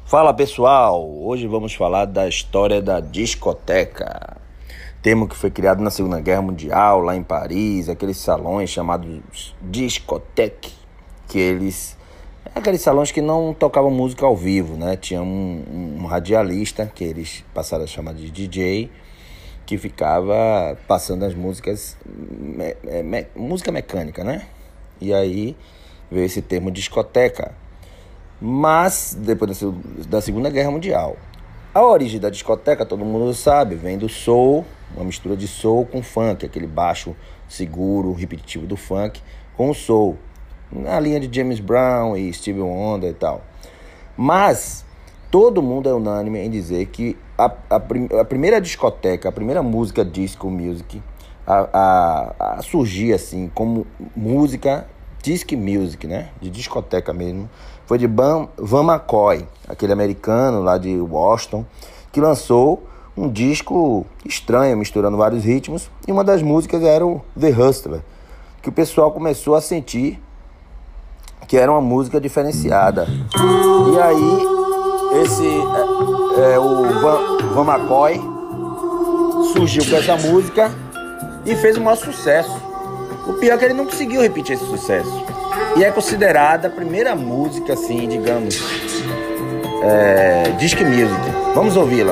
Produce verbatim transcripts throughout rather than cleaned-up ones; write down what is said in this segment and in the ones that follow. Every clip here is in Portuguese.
Fala pessoal, hoje vamos falar da história da discoteca, termo que foi criado na Segunda Guerra Mundial, lá em Paris, aqueles salões chamados discoteque, que eles, aqueles salões que não tocavam música ao vivo, né? Tinha um, um radialista, que eles passaram a chamar de D J, que ficava passando as músicas, me, me, música mecânica, né? E aí veio esse termo discoteca. Mas, depois da Segunda Guerra Mundial, a origem da discoteca, todo mundo sabe, vem do soul, uma mistura de soul com funk, aquele baixo seguro, repetitivo do funk, com o soul, na linha de James Brown e Stevie Wonder e tal. Mas, todo mundo é unânime em dizer que a, a, a primeira discoteca, a primeira música disco music, a, a, a surgir assim, como música disc music, né, de discoteca mesmo, foi de Van McCoy, aquele americano lá de Washington, que lançou um disco estranho, misturando vários ritmos, e uma das músicas era o The Hustler, que o pessoal começou a sentir que era uma música diferenciada. E aí, esse é, é, o Van, Van McCoy surgiu com essa música e fez o maior sucesso. O pior é que ele não conseguiu repetir esse sucesso. E é considerada a primeira música, assim, digamos, é, disc music. Vamos ouvi-la.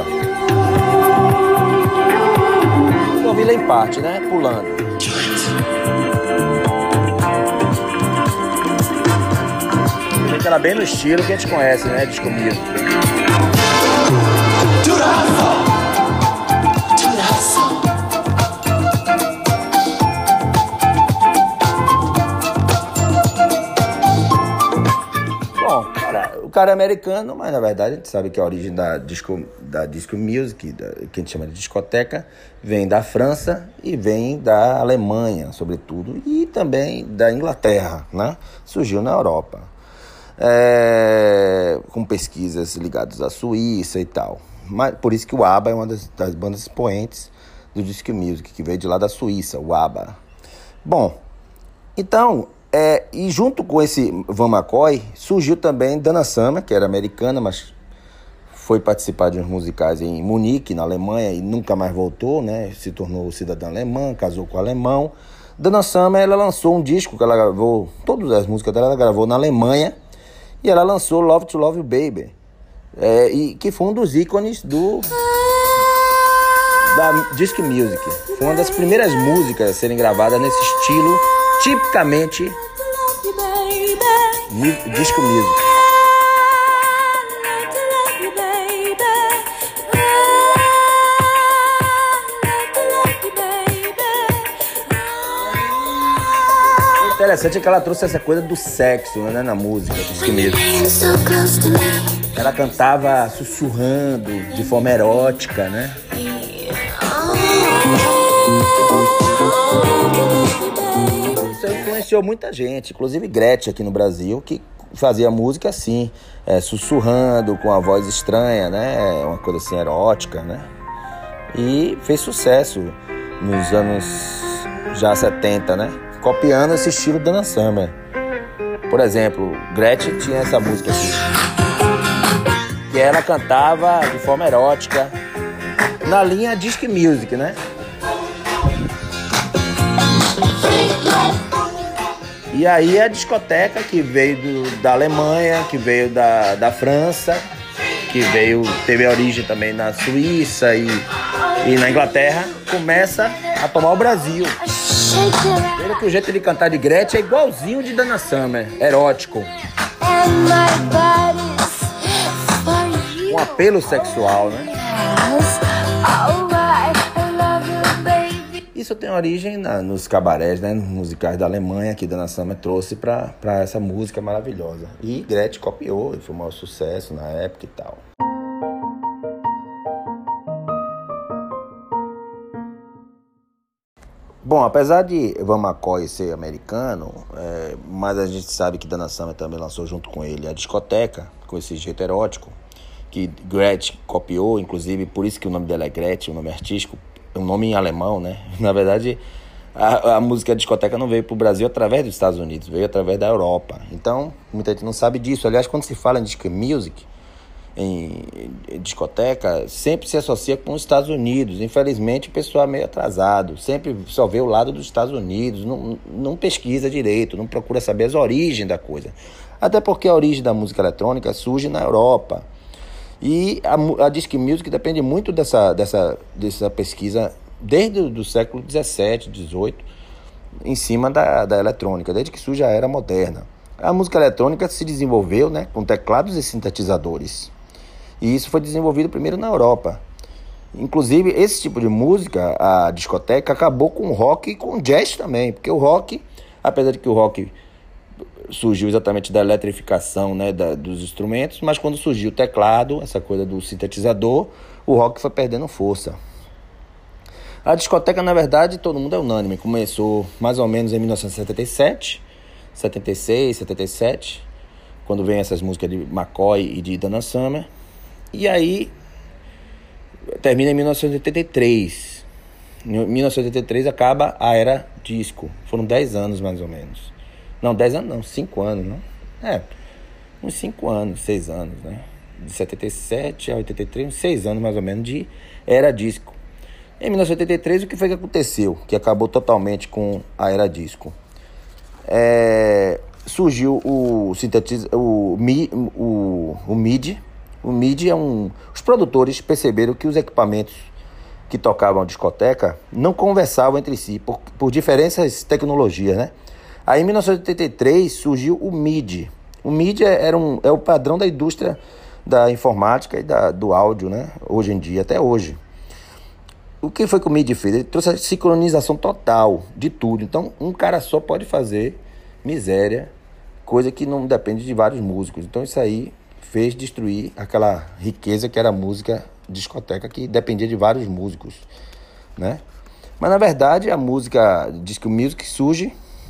Vamos ouvi-la em parte, né? Pulando. Gente, ela bem no estilo que a gente conhece, né? Disco music. O cara é americano, mas na verdade a gente sabe que a origem da disco, da disco music, da, que a gente chama de discoteca, vem da França e vem da Alemanha, sobretudo, e também da Inglaterra, né? Surgiu na Europa, é, com pesquisas ligadas à Suíça e tal. Mas, por isso que o ABBA é uma das, das bandas expoentes do disco music, que veio de lá da Suíça, o ABBA. Bom, então... É, e junto com esse Van McCoy, surgiu também Dana Summer, que era americana, mas foi participar de uns musicais em Munique, na Alemanha, e nunca mais voltou, né? Se tornou cidadã alemã, casou com um alemão. Dana Summer, ela lançou um disco que ela gravou, todas as músicas dela ela gravou na Alemanha, e ela lançou Love to Love You Baby, é, e, que foi um dos ícones do, da disc music. Foi uma das primeiras músicas a serem gravadas nesse estilo, tipicamente disco music. O interessante é que ela trouxe essa coisa do sexo, né, na música, disco music. Ela cantava sussurrando de forma erótica, né? Isso influenciou muita gente, inclusive Gretchen aqui no Brasil, que fazia música assim, é, sussurrando, com a voz estranha, né? Uma coisa assim erótica, né? E fez sucesso nos anos já setenta, né? Copiando esse estilo da Dana Summer. Por exemplo, Gretchen tinha essa música assim, que ela cantava de forma erótica, na linha disc music, né? E aí a discoteca que veio do, da Alemanha, que veio da, da França, que veio, teve a origem também na Suíça e, e na Inglaterra, começa a tomar o Brasil. Pelo que o jeito de cantar de Gretchen é igualzinho de Dana Summer, erótico. Um apelo sexual, né? Isso tem origem na, nos cabarés, né, nos musicais da Alemanha, que Dana Summer trouxe para essa música maravilhosa. E Gretchen copiou, e foi um maior sucesso na época e tal. Bom, apesar de Van McCoy ser americano, é, mas a gente sabe que Dana Summer também lançou junto com ele a discoteca, com esse jeito erótico, que Gretchen copiou, inclusive por isso que o nome dela é Gretchen, o nome artístico, um nome em alemão, né? Na verdade, a, a música discoteca não veio para o Brasil através dos Estados Unidos, veio através da Europa. Então, muita gente não sabe disso. Aliás, quando se fala em disco music, em, em discoteca, sempre se associa com os Estados Unidos. Infelizmente, o pessoal é meio atrasado, sempre só vê o lado dos Estados Unidos, não, não pesquisa direito, não procura saber as origens da coisa. Até porque a origem da música eletrônica surge na Europa. E a, a Disc Music depende muito dessa, dessa, dessa pesquisa desde o do século dezessete, dezoito, em cima da, da eletrônica, desde que surge a era moderna. A música eletrônica se desenvolveu, né, com teclados e sintetizadores. E isso foi desenvolvido primeiro na Europa. Inclusive, esse tipo de música, a discoteca, acabou com o rock e com o jazz também. Porque o rock, apesar de que o rock surgiu exatamente da eletrificação, né, da, dos instrumentos, mas quando surgiu o teclado, essa coisa do sintetizador, o rock foi perdendo força. A discoteca, na verdade, todo mundo é unânime. Começou mais ou menos em mil novecentos e setenta e sete, setenta e seis, setenta e sete, quando vem essas músicas de McCoy e de Donna Summer. E aí termina em mil novecentos e oitenta e três. Em mil novecentos e oitenta e três acaba a era disco. Foram dez anos mais ou menos. Não, dez anos não, cinco anos, não? É, uns cinco anos, seis anos, né? De setenta e sete a oitenta e três, uns seis anos mais ou menos de era disco. Em mil novecentos e oitenta e três, o que foi que aconteceu? Que acabou totalmente com a era disco. É, surgiu o sintetiz... o, Mi... o... o MIDI. O MIDI é um... Os produtores perceberam que os equipamentos que tocavam a discoteca não conversavam entre si, por, por diferenças de tecnologia, né? Aí em mil novecentos e oitenta e três surgiu o MIDI. O MIDI era um, é o padrão da indústria da informática e da, do áudio, né? Hoje em dia, até hoje. O que foi que o MIDI fez? Ele trouxe a sincronização total de tudo. Então, um cara só pode fazer miséria, coisa que não depende de vários músicos. Então, isso aí fez destruir aquela riqueza que era a música discoteca, que dependia de vários músicos, né? Mas, na verdade, a música Disco Music surge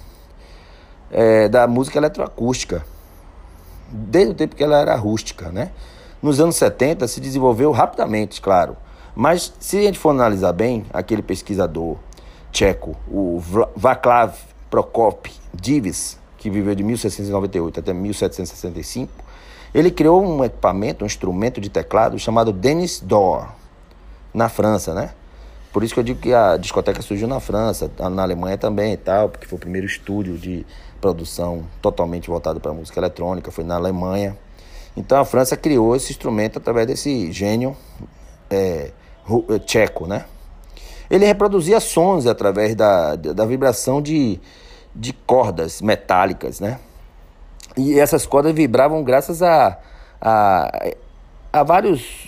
é, da música eletroacústica, desde o tempo que ela era rústica, né? Nos anos setenta se desenvolveu rapidamente, claro. Mas se a gente for analisar bem, aquele pesquisador tcheco, o Václav Prokop-Diviš, que viveu de mil seiscentos e noventa e oito até mil setecentos e sessenta e cinco, ele criou um equipamento, um instrumento de teclado chamado Denis d'Or, na França, né? Por isso que eu digo que a discoteca surgiu na França, na Alemanha também e tal, porque foi o primeiro estúdio de produção totalmente voltado para a música eletrônica, foi na Alemanha. Então a França criou esse instrumento através desse gênio é, tcheco, né? Ele reproduzia sons através da, da vibração de, de cordas metálicas, né? E essas cordas vibravam graças a, a, a vários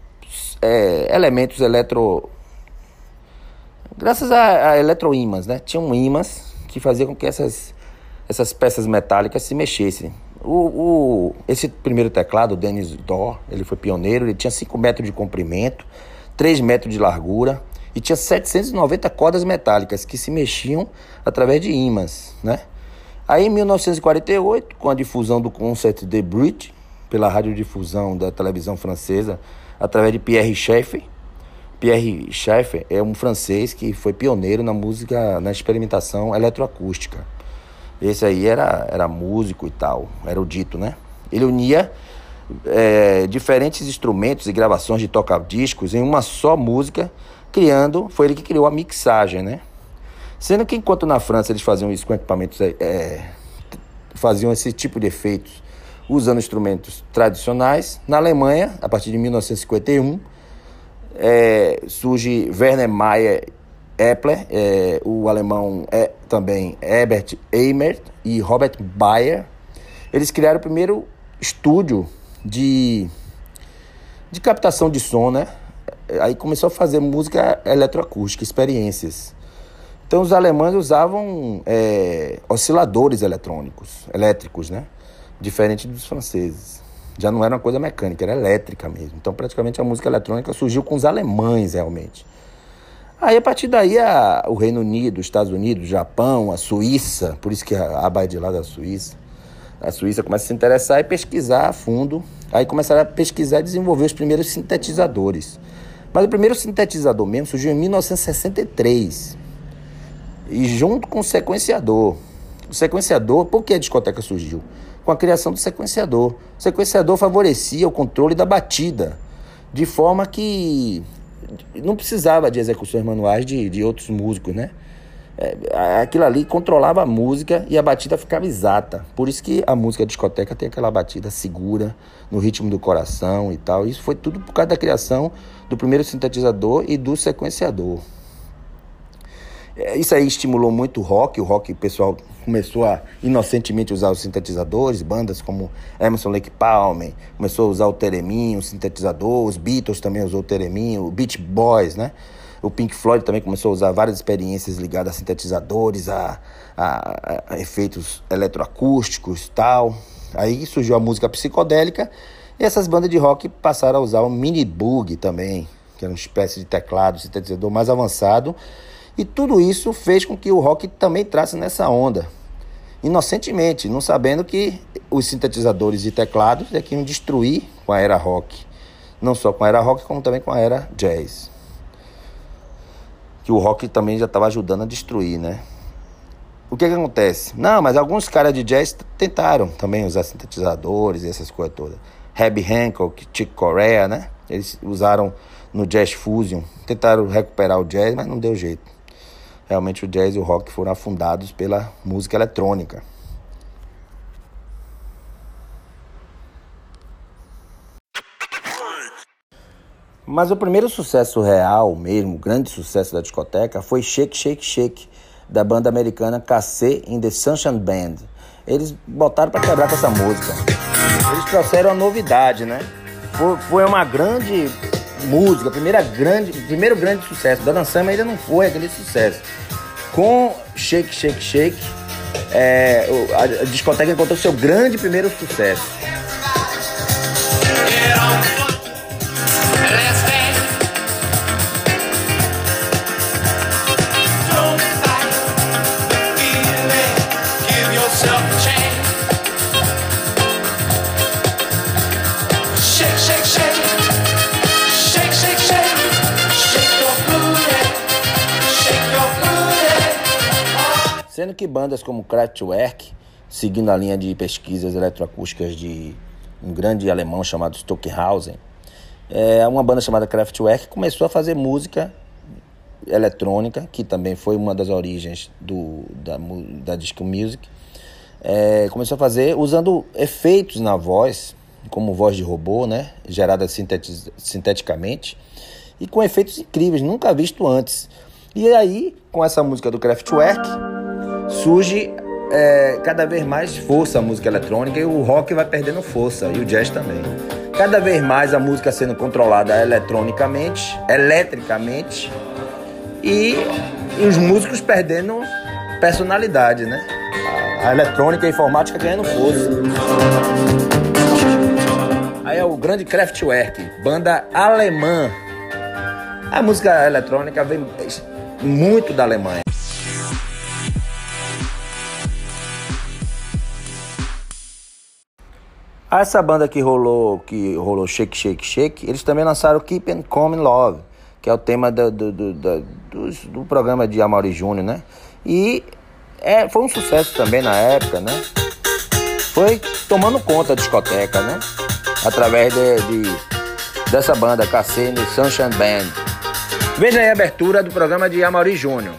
é, elementos eletro... Graças a, a eletroímãs, né? Tinham ímãs que faziam com que essas, essas peças metálicas se mexessem. O, o, esse primeiro teclado, o Denis d'Or, ele foi pioneiro, ele tinha cinco metros de comprimento, três metros de largura e tinha setecentas e noventa cordas metálicas que se mexiam através de ímãs, né? Aí em mil novecentos e quarenta e oito, com a difusão do Concert de Bruges pela radiodifusão da televisão francesa através de Pierre Schaeffer, Pierre Schaeffer é um francês que foi pioneiro na música, na experimentação eletroacústica. Esse aí era, era músico e tal, erudito, né? Ele unia é, diferentes instrumentos e gravações de toca-discos em uma só música, criando, foi ele que criou a mixagem, né? Sendo que enquanto na França eles faziam isso com equipamentos, é, faziam esse tipo de efeitos usando instrumentos tradicionais, na Alemanha, a partir de mil novecentos e cinquenta e um, é, surge Werner Mayer Epler, é, o alemão é também Herbert Eimert e Robert Bayer. Eles criaram o primeiro estúdio de, de captação de som, né? Aí começou a fazer música eletroacústica, experiências. Então os alemães usavam é, osciladores eletrônicos, elétricos, né? Diferente dos franceses. Já não era uma coisa mecânica, era elétrica mesmo. Então praticamente a música eletrônica surgiu com os alemães realmente. Aí, a partir daí, a, o Reino Unido, os Estados Unidos, o Japão, a Suíça, por isso que a aba é de lá da Suíça, a Suíça começa a se interessar e pesquisar a fundo. Aí começaram a pesquisar e desenvolver os primeiros sintetizadores. Mas o primeiro sintetizador mesmo surgiu em mil novecentos e sessenta e três. E junto com o sequenciador. O sequenciador, por que a discoteca surgiu? com a criação do sequenciador. O sequenciador favorecia o controle da batida, de forma que não precisava de execuções manuais de, de outros músicos, né? É, aquilo ali controlava a música e a batida ficava exata. Por isso que a música discoteca tem aquela batida segura, no ritmo do coração e tal. Isso foi tudo por causa da criação do primeiro sintetizador e do sequenciador. Isso aí estimulou muito o rock. O rock, o pessoal começou a inocentemente usar os sintetizadores. Bandas como Emerson Lake Palmer começou a usar o tereminho, o sintetizador. Os Beatles também usou o tereminho. O Beach Boys, né? O Pink Floyd também começou a usar várias experiências ligadas a sintetizadores, a, a, a efeitos eletroacústicos e tal. Aí surgiu a música psicodélica e essas bandas de rock passaram a usar o mini Boog também, que era uma espécie de teclado, sintetizador mais avançado. E tudo isso fez com que o rock também entrasse nessa onda, inocentemente, não sabendo que os sintetizadores e teclados é que iam destruir com a era rock. Não só com a era rock, como também com a era jazz. Que o rock também já estava ajudando a destruir, né? O que que acontece? Não, mas alguns caras de jazz tentaram também usar sintetizadores e essas coisas todas. Herbie Hancock, Chick Corea, né? Eles usaram no Jazz Fusion, tentaram recuperar o jazz, mas não deu jeito. Realmente o jazz e o rock foram afundados pela música eletrônica. Mas o primeiro sucesso real mesmo, o grande sucesso da discoteca, foi Shake, Shake, Shake, da banda americana K C and the Sunshine Band. Eles botaram para quebrar com essa música. Eles trouxeram a novidade, né? Foi, foi uma grande música, primeira grande, primeiro grande sucesso. Donna Summer ainda não foi aquele sucesso. Com Shake, Shake, Shake, é, a, a discoteca encontrou seu grande primeiro sucesso. Sendo que bandas como Kraftwerk, seguindo a linha de pesquisas eletroacústicas de um grande alemão chamado Stockhausen, é, uma banda chamada Kraftwerk começou a fazer música eletrônica, que também foi uma das origens do, da, da disco music. É, começou a fazer usando efeitos na voz, como voz de robô, né, gerada sintetis, sinteticamente, e com efeitos incríveis, nunca visto antes. E aí, com essa música do Kraftwerk, surge é, cada vez mais força a música eletrônica e o rock vai perdendo força, e o jazz também. Cada vez mais a música sendo controlada eletronicamente, eletricamente, e, e os músicos perdendo personalidade, né? A, a eletrônica e a informática ganhando força. Aí é o grande Kraftwerk, banda alemã. A música eletrônica vem muito da Alemanha. Essa banda que rolou, que rolou Shake, Shake, Shake, eles também lançaram Keep and Come Love, que é o tema do, do, do, do, do, do programa de Amaury Júnior, né? E é, foi um sucesso também na época, né? Foi tomando conta da discoteca, né? Através de, de, dessa banda, K C and the Sunshine Band. Veja aí a abertura do programa de Amaury Júnior.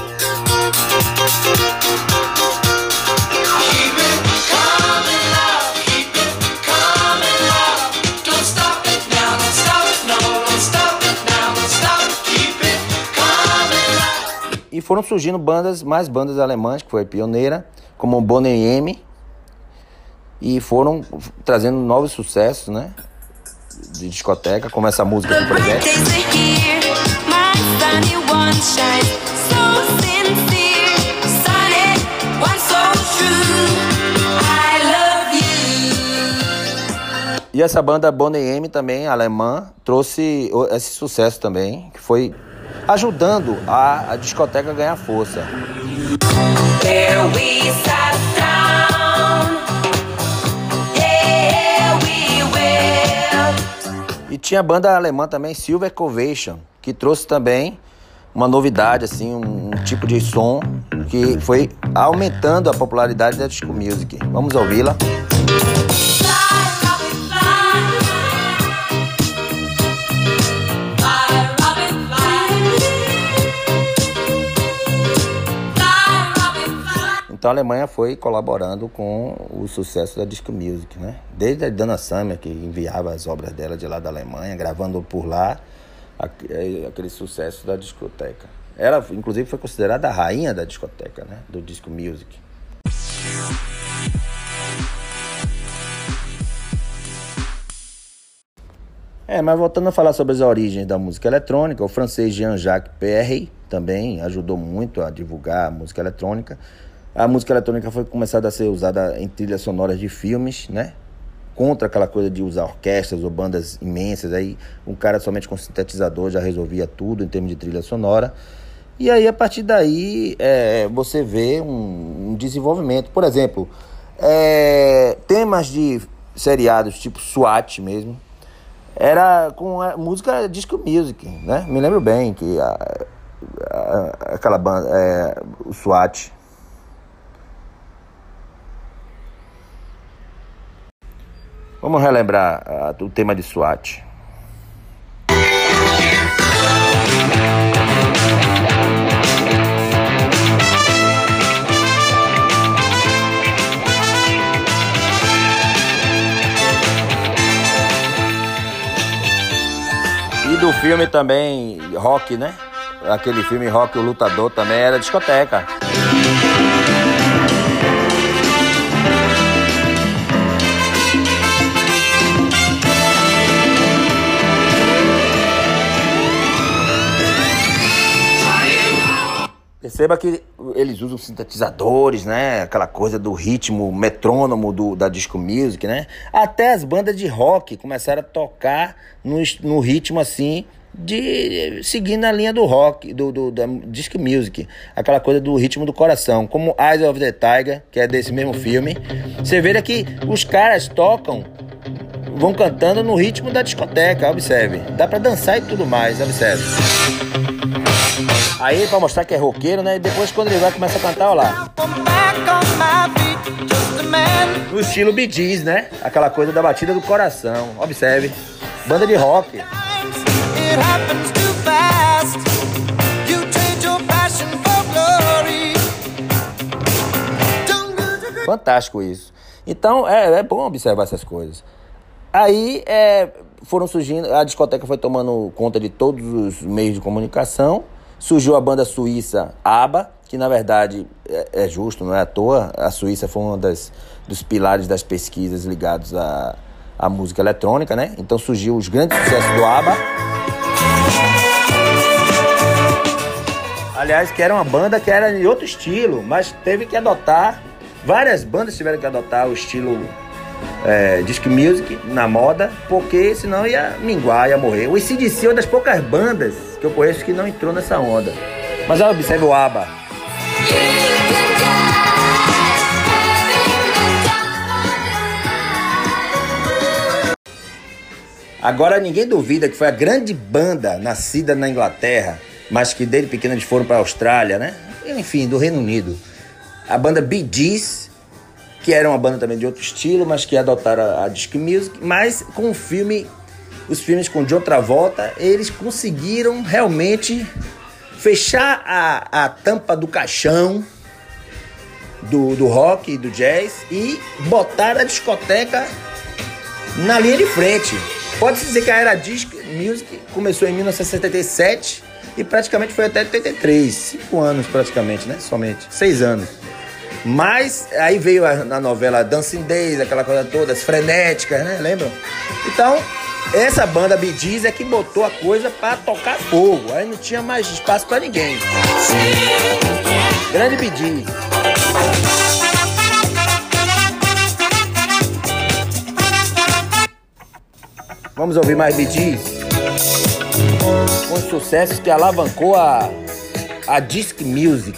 E foram surgindo bandas, mais bandas alemãs, que foi pioneira, como Boney M, e foram trazendo novos sucessos, né, de discoteca, como essa música aqui, por exemplo. E essa banda Boney M também, alemã, trouxe esse sucesso também, que foi ajudando a, a discoteca a ganhar força. Here we sat down. Here we will. E tinha a banda alemã também, Silver Covation, que trouxe também uma novidade, assim, um, um tipo de som que foi aumentando a popularidade da disco music. Vamos ouvi-la. Então a Alemanha foi colaborando com o sucesso da disco music, né? Desde a Dana Summer, que enviava as obras dela de lá da Alemanha, gravando por lá aquele sucesso da discoteca. Ela, inclusive, foi considerada a rainha da discoteca, né? Do disco music. É, mas voltando a falar sobre as origens da música eletrônica, o francês Jean-Jacques Perrey também ajudou muito a divulgar a música eletrônica. A música eletrônica foi começada a ser usada em trilhas sonoras de filmes, né? Contra aquela coisa de usar orquestras ou bandas imensas. Aí um cara somente com sintetizador já resolvia tudo em termos de trilha sonora. E aí, a partir daí, é, você vê um, um desenvolvimento. Por exemplo, é, temas de seriados tipo SWAT mesmo, era com a música disco music, né? Me lembro bem que a, a, aquela banda, é, o SWAT... Vamos relembrar uh, o tema de SWAT. E do filme também, Rock, né? Aquele filme Rock, o Lutador, também era discoteca. Perceba que eles usam sintetizadores, né? Aquela coisa do ritmo metrônomo do, da disco music, né? Até as bandas de rock começaram a tocar no, no ritmo assim, de seguindo a linha do rock, do, do, da disco music. Aquela coisa do ritmo do coração, como Eyes of the Tiger, que é desse mesmo filme. Você vê que os caras tocam, vão cantando no ritmo da discoteca, observe. Dá pra dançar e tudo mais, observe. Aí pra mostrar que é roqueiro, né? E depois quando ele vai começar a cantar, olha lá. No estilo Bee Gees, né? Aquela coisa da batida do coração. Observe. Banda de rock. Fantástico isso. Então é, é bom observar essas coisas. Aí é, foram surgindo, a discoteca foi tomando conta de todos os meios de comunicação. Surgiu a banda suíça ABBA, que na verdade é, é justo, não é à toa. A Suíça foi um das, dos pilares das pesquisas ligados à, à música eletrônica, né? Então surgiu os grandes sucessos do ABBA. Aliás, que era uma banda que era de outro estilo, mas teve que adotar, várias bandas tiveram que adotar o estilo é, disco music na moda, porque senão ia minguar, ia morrer. O A C/D C é uma das poucas bandas que eu conheço que não entrou nessa onda. Mas olha, observe o ABBA. Agora ninguém duvida que foi a grande banda nascida na Inglaterra, mas que desde pequena eles foram para a Austrália, né? Enfim, do Reino Unido. A banda Bee Gees, que era uma banda também de outro estilo, mas que adotaram a, a disco music, mas com o filme, os filmes com John Travolta, eles conseguiram realmente fechar a, a tampa do caixão do, do rock e do jazz e botar a discoteca na linha de frente. Pode-se dizer que a era disco music começou em mil novecentos e setenta e sete e praticamente foi até oitenta e três, cinco anos praticamente, né? Somente, seis anos. Mas aí veio a, a novela Dancing Days, aquela coisa toda, as frenéticas, né? Lembram? Então, essa banda Bee Gees é que botou a coisa pra tocar fogo. Aí não tinha mais espaço pra ninguém. Grande Bee Gees. Vamos ouvir mais Bee Gees? Com sucessos que alavancou a, a disc music.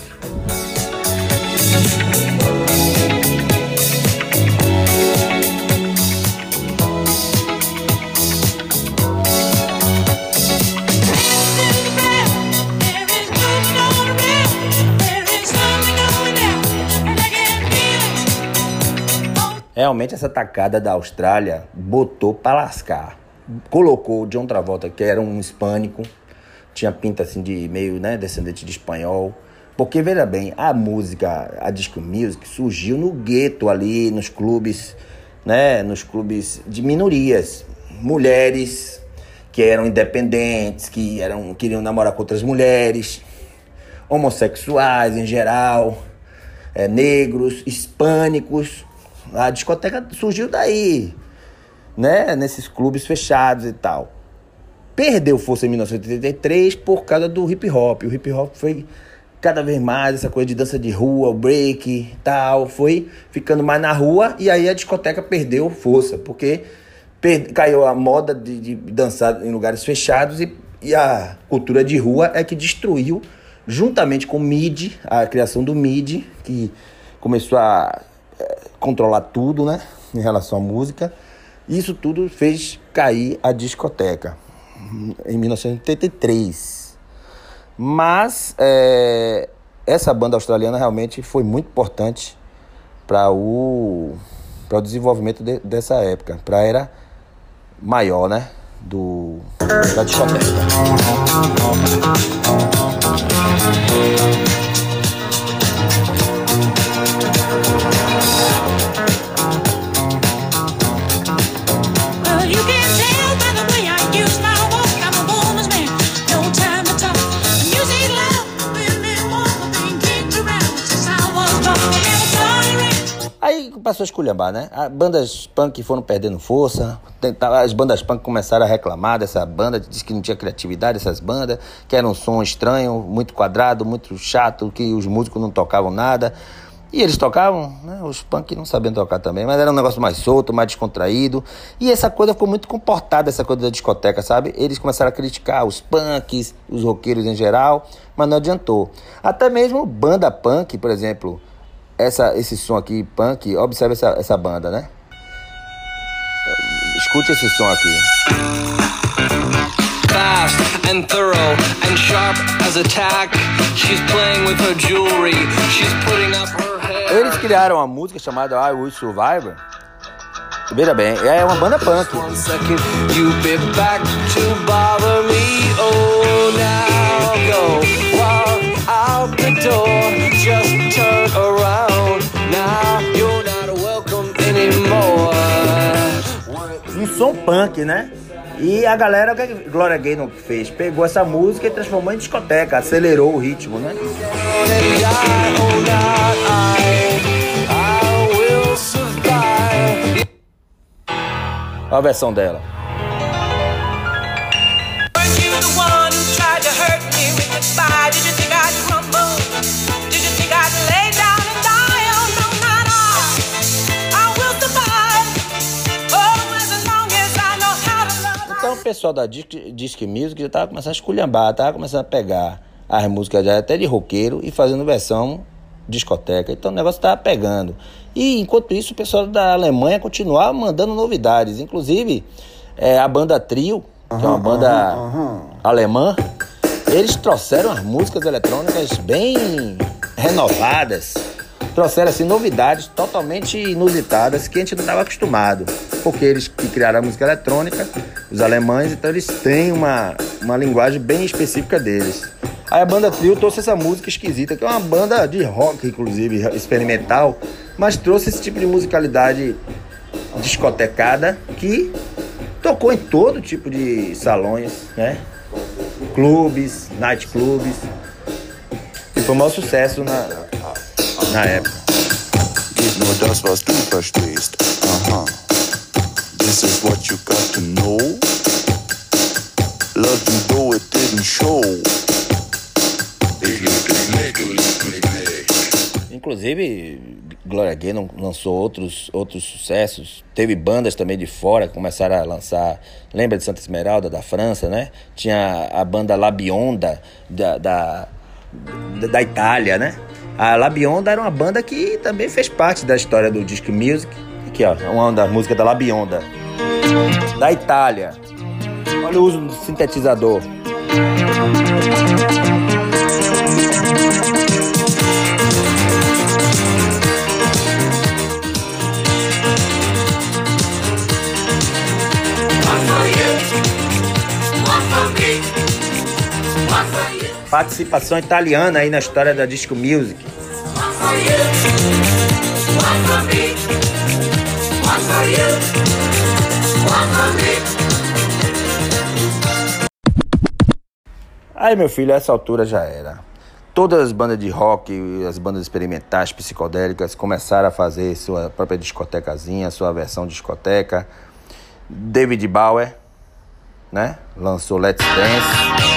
É Realmente essa tacada da Austrália botou pra lascar. Colocou o John Travolta, que era um hispânico, tinha pinta assim de meio, né, descendente de espanhol. Porque, veja bem, a música, a disco music surgiu no gueto ali, nos clubes, né, nos clubes de minorias. Mulheres que eram independentes, que eram, queriam namorar com outras mulheres, homossexuais em geral, é, negros, hispânicos. A discoteca surgiu daí, né, nesses clubes fechados e tal. Perdeu força em mil novecentos e oitenta e três por causa do hip hop. O hip hop foi cada vez mais essa coisa de dança de rua, o break e tal, foi ficando mais na rua, e aí a discoteca perdeu força, porque per... caiu a moda de, de dançar em lugares fechados, e, e a cultura de rua é que destruiu, juntamente com o M I D I, a criação do M I D I, que começou a é, controlar tudo, né, em relação à música. Isso tudo fez cair a discoteca em mil novecentos e oitenta e três. Mas é, essa banda australiana realmente foi muito importante para o, para o desenvolvimento de, dessa época, para a era maior, né, do, da discoteca. Aí passou a esculhambar, né? As bandas punk foram perdendo força, as bandas punk começaram a reclamar dessa banda, diz que não tinha criatividade essas bandas, que era um som estranho, muito quadrado, muito chato, que os músicos não tocavam nada. E eles tocavam, né? Os punk não sabiam tocar também, mas era um negócio mais solto, mais descontraído. E essa coisa ficou muito comportada, essa coisa da discoteca, sabe? Eles começaram a criticar os punks, os roqueiros em geral, mas não adiantou. Até mesmo banda punk, por exemplo, essa, esse som aqui, punk, observe essa, essa banda, né? Escute esse som aqui. Fast and thorough and sharp as a tack. She's playing with her jewelry. She's putting up her hair. Eles criaram uma música chamada I Will Survive. Veja bem, é uma banda punk. One second, you be back to bother me. Oh, now go walk out the door. Just turn around. Now you're not welcome anymore. Um som punk, né? E a galera, o que a Gloria Gaynor fez? Pegou essa música e transformou em discoteca, acelerou o ritmo, né? Olha a versão dela. Então o pessoal da Disc, Disc Music já estava começando a esculhambar, estava começando a pegar as músicas até de roqueiro e fazendo versão discoteca. Então o negócio estava pegando. E enquanto isso o pessoal da Alemanha continuava mandando novidades. Inclusive é, a banda Trio, que uhum, é uma banda uhum, uhum. alemã, eles trouxeram as músicas eletrônicas bem renovadas. Trouxeram assim novidades totalmente inusitadas que a gente não estava acostumado, porque eles que criaram a música eletrônica, os alemães, então eles têm uma, uma linguagem bem específica deles. Aí a banda Trio trouxe essa música esquisita, que é uma banda de rock, inclusive, experimental, mas trouxe esse tipo de musicalidade discotecada que tocou em todo tipo de salões, né? Clubes, nightclubs, e foi um maior sucesso na, na época. Nur das, was du verstehst. Aha. This is what you got to know. Let me do it, didn't show. Inclusive, Gloria Gaynor lançou outros, outros sucessos. Teve bandas também de fora que começaram a lançar. Lembra de Santa Esmeralda, da França, né? Tinha a banda La Bionda, da, da, da Itália, né? A La Bionda era uma banda que também fez parte da história do disc music. Aqui, ó, uma das músicas da La Bionda, da Itália. Olha o uso do sintetizador. Participação italiana aí na história da disco music. Aí, meu filho, a essa altura já era. Todas as bandas de rock, as bandas experimentais, psicodélicas, começaram a fazer sua própria discotecazinha, sua versão discoteca. David Bowie, né? Lançou Let's Dance.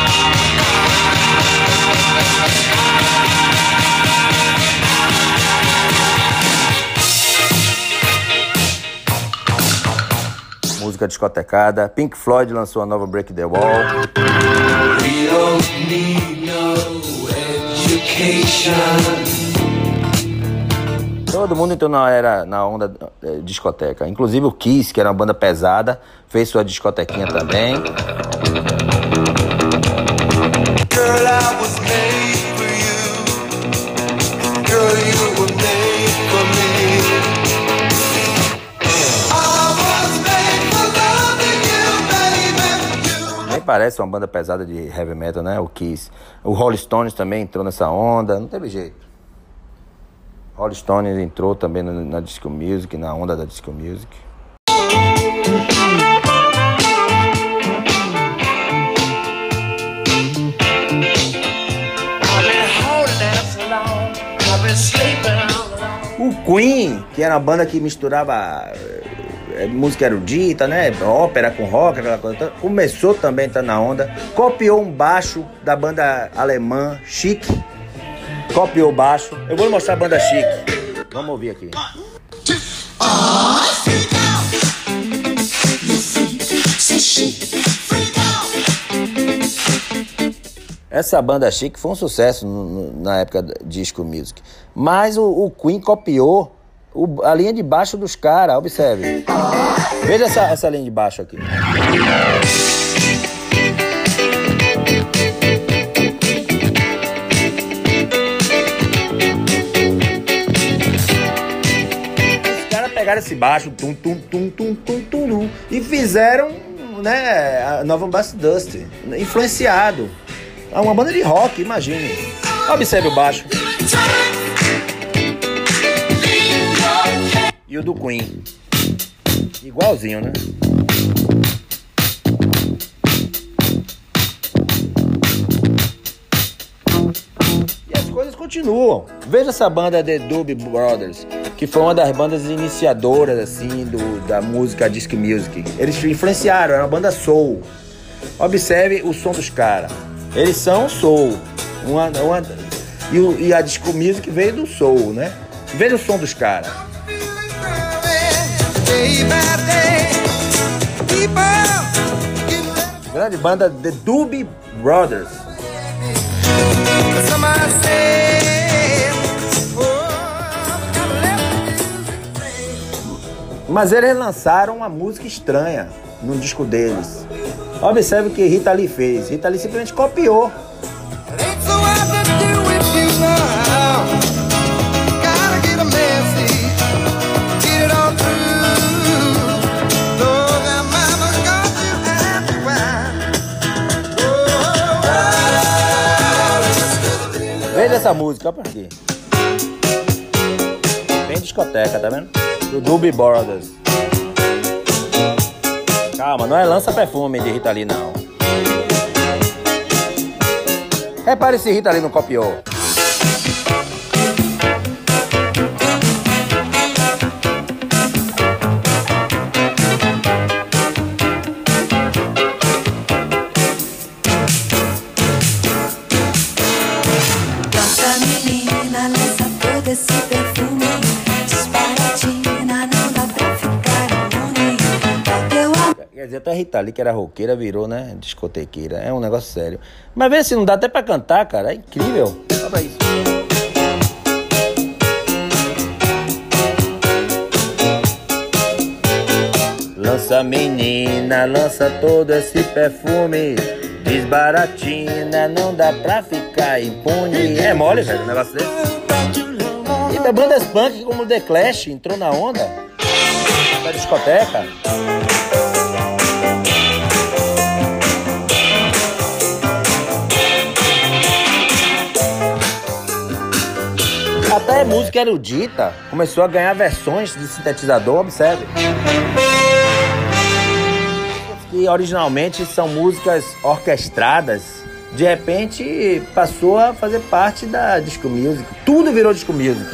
Música discotecada. Pink Floyd lançou a nova Break the Wall. We don't need no education. Todo mundo entrou na, era, na onda é, discoteca. Inclusive o Kiss, que era uma banda pesada, fez sua discotequinha também. Girl, I was made for you. Girl, you were made for me. I was made for loving you, baby. Nem parece uma banda pesada de heavy metal, né? O Kiss. O Rolling Stones também entrou nessa onda. Não teve jeito. Rolling Stones entrou também na, na disco music, na onda da disco music. O Queen, que era uma banda que misturava é, música erudita, né? Ópera com rock, aquela coisa. Começou também a estar na onda. Copiou um baixo da banda alemã Chic. Copiou o baixo. Eu vou mostrar a banda Chic. Vamos ouvir aqui. Essa banda Chic foi um sucesso no, no, na época da disco music. Mas o, o Queen copiou o, a linha de baixo dos caras. Observe. Veja essa, essa linha de baixo aqui. Pegaram esse baixo tum, tum, tum, tum, tum, tum, tum, e fizeram, né, a nova Bass Dust, influenciado. É uma banda de rock, imagine. Observe o baixo. E o do Queen. Igualzinho, né? E as coisas continuam. Veja essa banda The Doobie Brothers, que foi uma das bandas iniciadoras, assim, do, da música disco music. Eles influenciaram, era uma banda soul. Observe o som dos caras. Eles são soul. Uma, uma, e, o, e a disco music veio do soul, né? Veja o som dos caras. Grande banda The Doobie Brothers. Mas eles lançaram uma música estranha no disco deles. Observe o que Rita Lee fez. Rita Lee simplesmente copiou. Veja essa música, olha por aqui. Bem discoteca, tá vendo? Do Doobie Brothers. Calma, não é lança perfume de Rita Lee, não. Repare se Rita Lee não copiou. Nossa menina, lança todo esse perfume. Disparatina, não dá pra ficar imune. Quer dizer, até a Rita Lee, que era roqueira, virou, né, discotequeira. É um negócio sério. Mas vê se não dá até pra cantar, cara. É incrível. Olha isso. Lança menina, lança todo esse perfume. Desbaratina, não dá pra ficar impune. É mole, velho, um negócio desse. E da bandas punk como The Clash entrou na onda da discoteca. música erudita começou a ganhar versões de sintetizador, observe. Que originalmente são músicas orquestradas, de repente passou a fazer parte da disco music. Tudo virou disco music.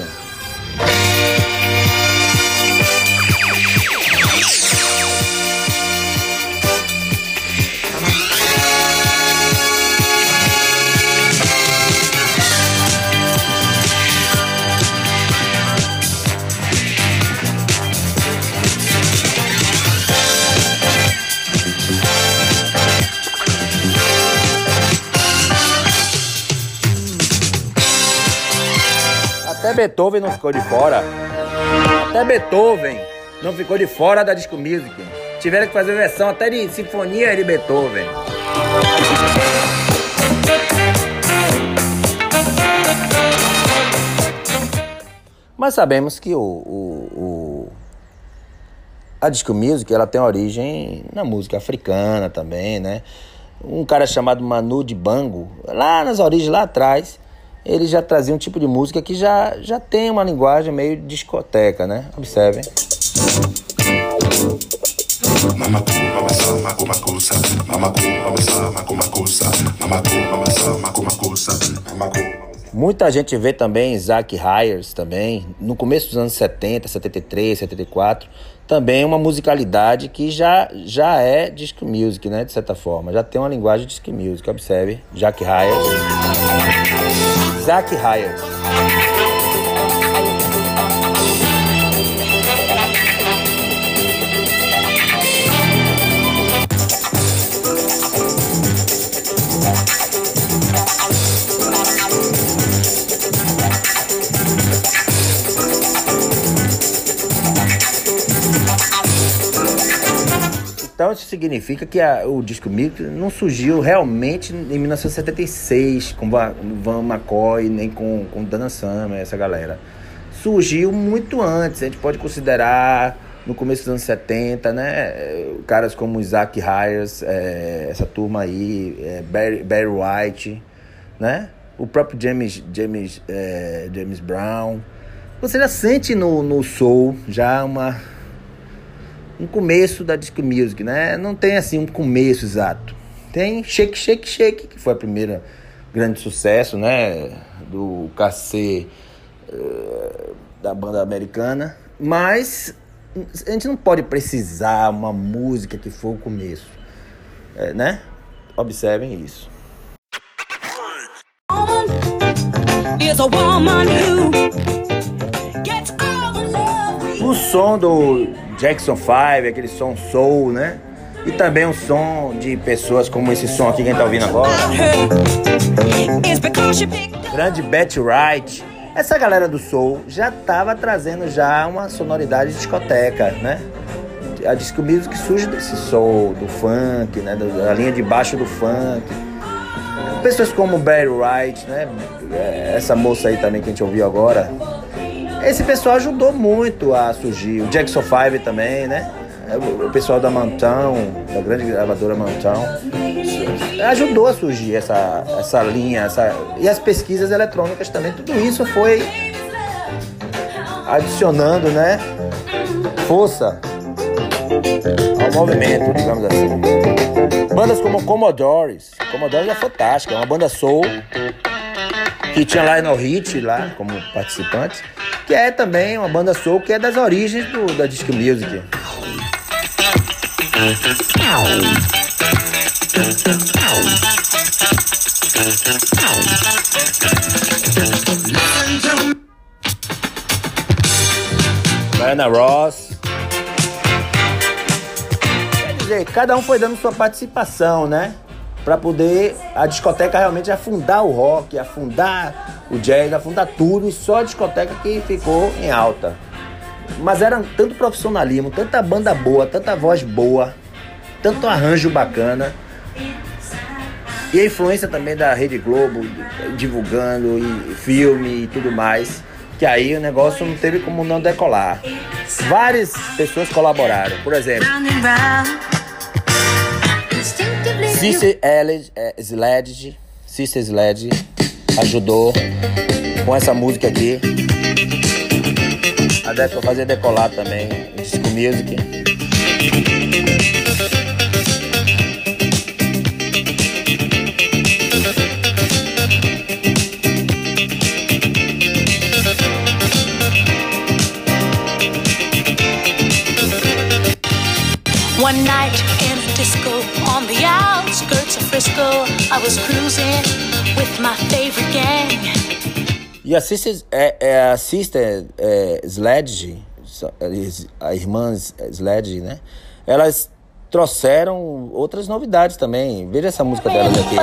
Até Beethoven não ficou de fora. Até Beethoven não ficou de fora da disco music. Tiveram que fazer versão até de sinfonia de Beethoven. Mas sabemos que o, o, o, a disco music ela tem origem na música africana também, né? Um cara chamado Manu Dibango, lá nas origens, lá atrás, ele já trazia um tipo de música que já, já tem uma linguagem meio discoteca, né? Observem. Muita gente vê também Isaac Hayes também, no começo dos anos setenta, setenta e três, setenta e quatro, também uma musicalidade que já, já é disco music, né? De certa forma, já tem uma linguagem de disco music. Observe, Isaac Hayes. Isaac Hayes. Então isso significa que a, o disco music não surgiu realmente em mil novecentos e setenta e seis com Van McCoy, nem com, com Dana Summer, essa galera. Surgiu muito antes, a gente pode considerar no começo dos anos setenta, né? Caras como Isaac Hayes, é, essa turma aí, é, Barry, Barry White, né? O próprio James, James, é, James Brown. Você já sente no, no soul já uma... um começo da disco music, né? Não tem assim um começo exato. Tem Shake, Shake, Shake, que foi a primeira grande sucesso, né? Do K C uh, da banda americana. Mas a gente não pode precisar uma música que foi o começo, é, né? Observem isso. O som do Jackson five, aquele som soul, né? E também um som de pessoas como esse som aqui que a gente tá ouvindo agora. Grande Betty Wright. Essa galera do soul já tava trazendo já uma sonoridade de discoteca, né? A disco music surge desse soul, do funk, né? Da linha de baixo do funk. Pessoas como Barry Wright, né? Essa moça aí também que a gente ouviu agora. Esse pessoal ajudou muito a surgir. O Jackson five também, né? O pessoal da Motown, da grande gravadora Motown, ajudou a surgir essa, essa linha. Essa... E as pesquisas eletrônicas também. Tudo isso foi adicionando, né? Força ao movimento, digamos assim. Bandas como Commodores. Commodores é fantástica. É uma banda soul que tinha Lionel Richie lá como participante, que é também uma banda soul que é das origens do, da disco music. Diana Ross. Quer dizer, cada um foi dando sua participação, né? Para poder a discoteca realmente afundar o rock, afundar o jazz, afundar tudo, e só a discoteca que ficou em alta. Mas era tanto profissionalismo, tanta banda boa, tanta voz boa, tanto arranjo bacana, e a influência também da Rede Globo, divulgando, e filme e tudo mais, que aí o negócio não teve como não decolar. Várias pessoas colaboraram, por exemplo... Sister Sledge, Sister Sledge ajudou com essa música aqui. A deco, fazer decolar também. Disco Music. One night in a disco on the outskirts of Frisco, I was cruising with my favorite gang. E a Sister, é, é, a Sister é, Sledge, a irmã Sledge, né? Elas trouxeram outras novidades também. Veja essa música delas aqui.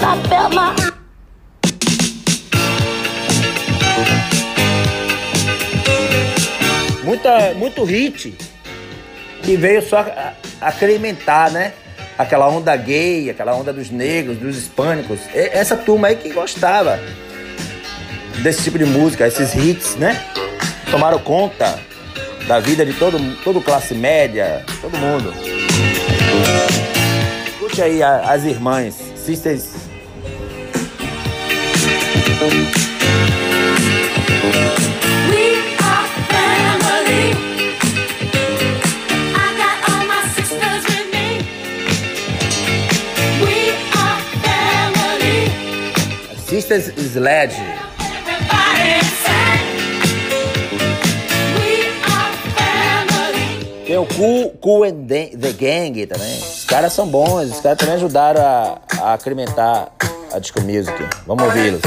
Muita, muito hit que veio só acrementar, né? Aquela onda gay, aquela onda dos negros, dos hispânicos. Essa turma aí que gostava desse tipo de música, esses hits, né? Tomaram conta da vida de todo, todo classe média, todo mundo. Escute aí a, as irmãs, Sisters. Sisters Sledge. Tem o Cool, cool and the Gang também. Os caras são bons, os caras também ajudaram a, a acrementar a disco music. Vamos ouvi-los.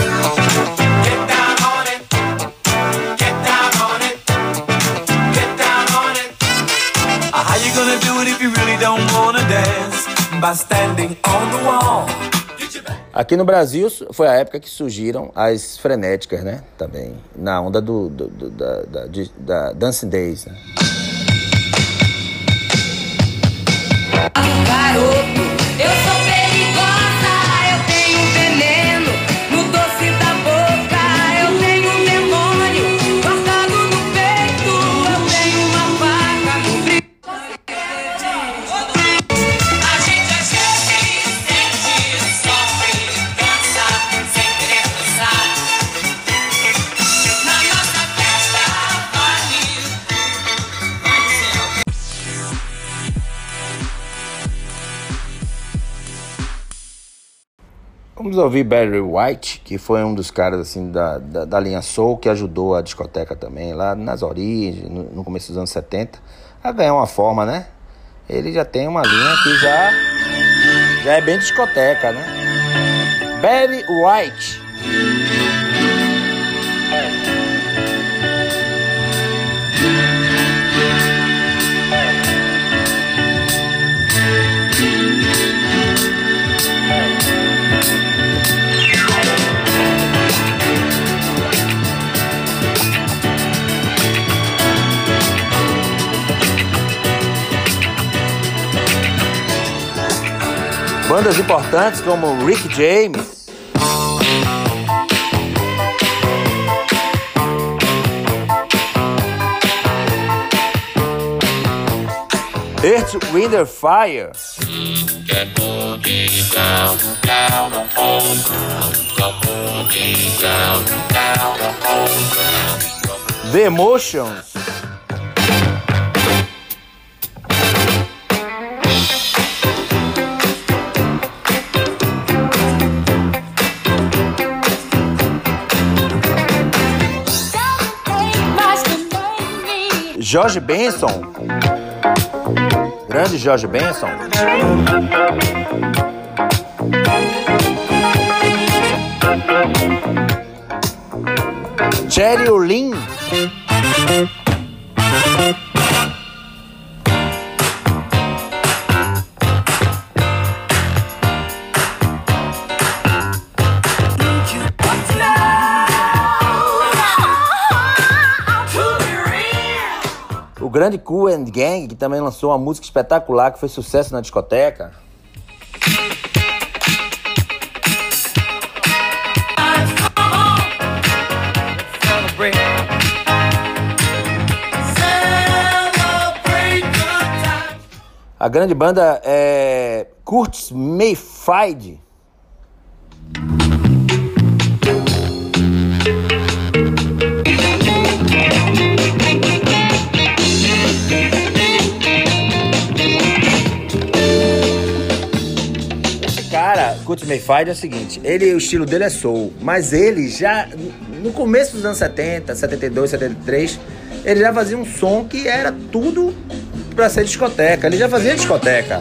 How you gonna do it if you really don't wanna dance by standing on the wall? Aqui no Brasil foi a época que surgiram as frenéticas, né? Também, na onda do, do, do, da, da, da Dancing Days, né? Garoto, eu sou perigosa, eu tenho veneno no doce da boca, eu tenho um demônio guardado no peito, eu tenho uma faca no brinco. A gente é gente, sente, sofre, dança, sem querer dançar. Na nossa festa vale. Vamos ouvir Barry White, que foi um dos caras assim da, da, da linha Soul, que ajudou a discoteca também, lá nas origens, no, no começo dos anos setenta, a ganhar uma forma, né? Ele já tem uma linha que já, já é bem discoteca, né? Barry White. Bandas importantes como Rick James, Earth, Wind and Fire, The Emotions, George Benson, grande George Benson, Jerry Lynn, o grande Cool and Gang, que também lançou uma música espetacular que foi sucesso na discoteca. A grande banda é Curtis Mayfield. cara, Curtis Mayfield é o seguinte, ele, o estilo dele é soul, mas ele já, no começo dos anos setenta, setenta e dois, setenta e três, ele já fazia um som que era tudo pra ser discoteca, ele já fazia discoteca.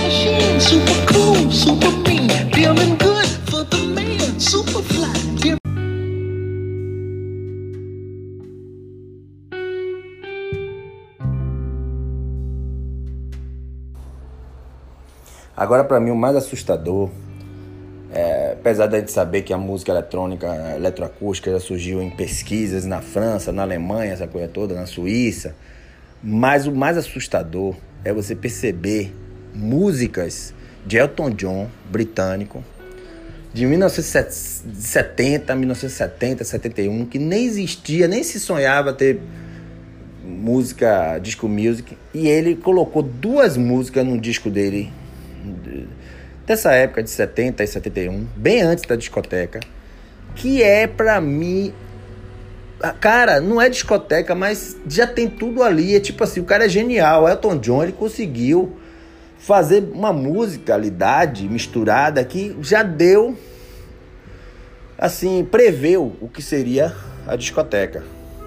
Agora, pra mim, o mais assustador, é, apesar de a gente saber que a música eletrônica, a eletroacústica, já surgiu em pesquisas na França, na Alemanha, essa coisa toda, na Suíça, mas o mais assustador é você perceber músicas de Elton John, britânico, de mil novecentos e setenta, mil novecentos e setenta, setenta e um, que nem existia, nem se sonhava ter música, disco music, e ele colocou duas músicas no disco dele, dessa época de setenta e setenta e um, bem antes da discoteca, que é pra mim, cara, não é discoteca, mas já tem tudo ali, é tipo assim, o cara é genial, Elton John, ele conseguiu fazer uma musicalidade misturada que já deu, assim, preveu o que seria a discoteca.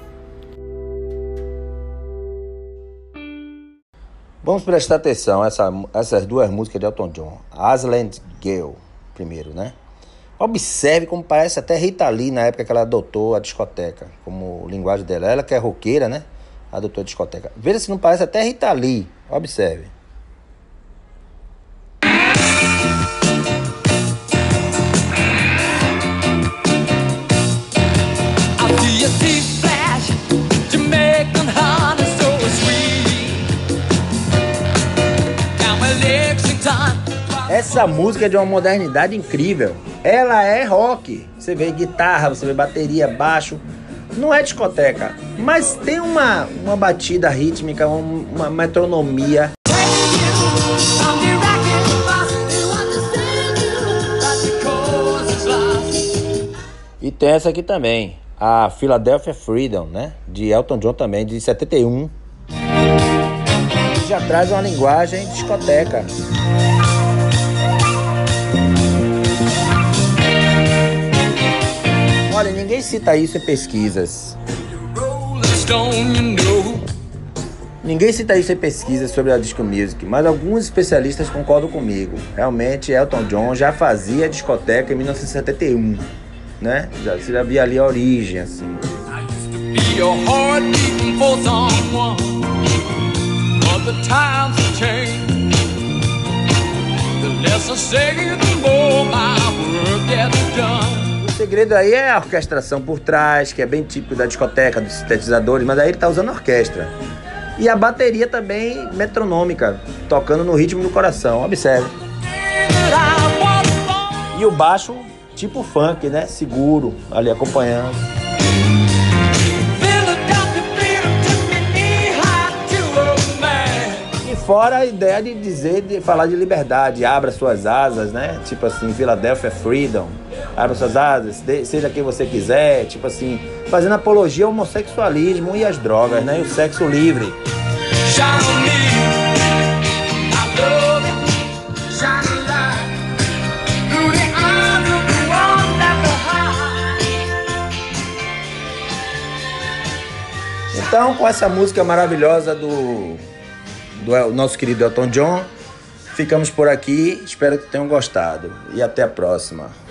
Vamos prestar atenção a essa, essas duas músicas de Elton John. Island Girl, primeiro, né? Observe como parece até Rita Lee na época que ela adotou a discoteca como linguagem dela. Ela que é roqueira, né? Adotou a discoteca. Veja se não parece até Rita Lee. Observe. Essa música é de uma modernidade incrível. Ela é rock. Você vê guitarra, você vê bateria, baixo. Não é discoteca, mas tem uma, uma batida rítmica, uma, uma metronomia. E tem essa aqui também, a Philadelphia Freedom, né? De Elton John também, de setenta e um. Que já traz uma linguagem discoteca. Olha, ninguém cita isso em pesquisas. Ninguém cita isso em pesquisas sobre a disco music, mas alguns especialistas concordam comigo. Realmente, Elton John já fazia discoteca em mil novecentos e setenta e um, né? Já, você já via ali a origem, assim. O segredo aí é a orquestração por trás, que é bem típico da discoteca, dos sintetizadores, mas aí ele tá usando orquestra. E a bateria também metronômica, tocando no ritmo do coração, observe. E o baixo, tipo funk, né? Seguro, ali acompanhando. E fora a ideia de dizer, de falar de liberdade, abra suas asas, né? Tipo assim, Philadelphia Freedom. Abra suas asas, seja quem você quiser, tipo assim, fazendo apologia ao homossexualismo e às drogas, né? E o sexo livre. Então, com essa música maravilhosa do, do nosso querido Elton John, ficamos por aqui. Espero que tenham gostado. E até a próxima.